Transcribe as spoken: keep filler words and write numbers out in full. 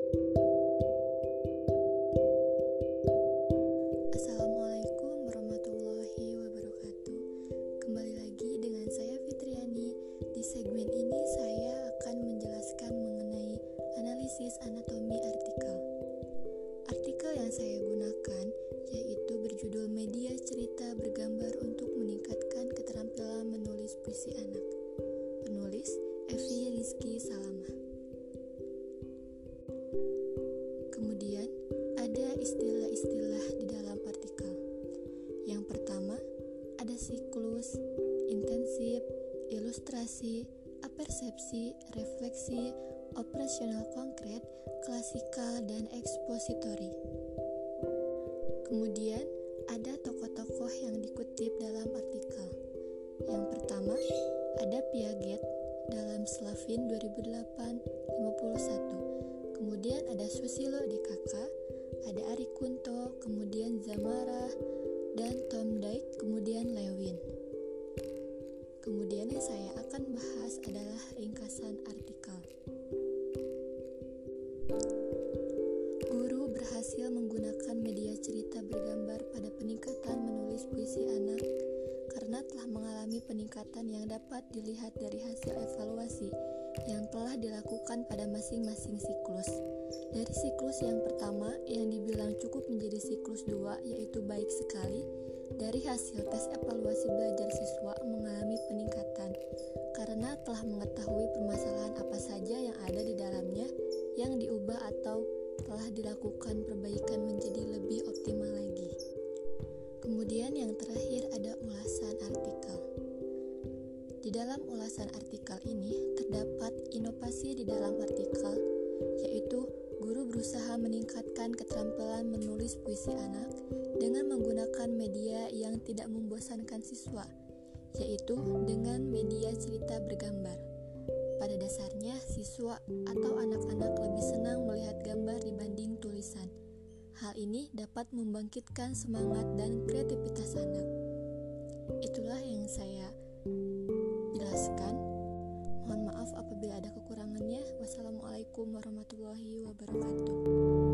Assalamualaikum warahmatullahi wabarakatuh. Kembali lagi dengan saya Fitriani. Di segmen ini saya akan menjelaskan mengenai analisis anatomi artikel. Artikel yang saya gunakan yaitu berjudul Media Cerita Bergambar untuk Meningkatkan Keterampilan Menulis Puisi Anak. Penulis Evi Rizky Salamah. Kemudian ada istilah-istilah di dalam artikel. Yang pertama, ada siklus, intensif, ilustrasi, apersepsi, refleksi, operasional konkret, klasikal, dan ekspositori. Kemudian, ada tokoh-tokoh yang dikutip dalam artikel. Yang pertama, ada Piaget dalam Slavin dua ribu delapan lima puluh satu. Kemudian ada Susilo D K K, ada Ari Kunto, kemudian Zamara, dan Tom Dyke, kemudian Lewin. Kemudian yang saya akan bahas adalah ringkasan artikel. Guru berhasil menggunakan media cerita bergambar pada peningkatan menulis puisi anak karena telah mengalami peningkatan yang dapat dilihat dari hasil evaluasi yang telah dilakukan pada masing-masing siklus. Dari siklus yang pertama yang dibilang cukup menjadi siklus dua yaitu baik sekali, dari hasil tes evaluasi belajar siswa mengalami peningkatan karena telah mengetahui permasalahan apa saja yang ada di dalamnya yang diubah atau telah dilakukan perbaikan menjadi lebih optimal lagi. Kemudian yang terakhir ada ulasan artikel. Di dalam ulasan artikel ini terdapat inovasi di dalam artikel, yaitu guru berusaha meningkatkan keterampilan menulis puisi anak dengan menggunakan media yang tidak membosankan siswa, yaitu dengan media cerita bergambar. Pada dasarnya, siswa atau anak-anak lebih senang melihat gambar dibanding tulisan. Hal ini dapat membangkitkan semangat dan kreativitas anak. Itulah yang saya jelaskan. Mohon maaf apabila ada kekurangannya. Wassalamualaikum warahmatullahi wabarakatuh.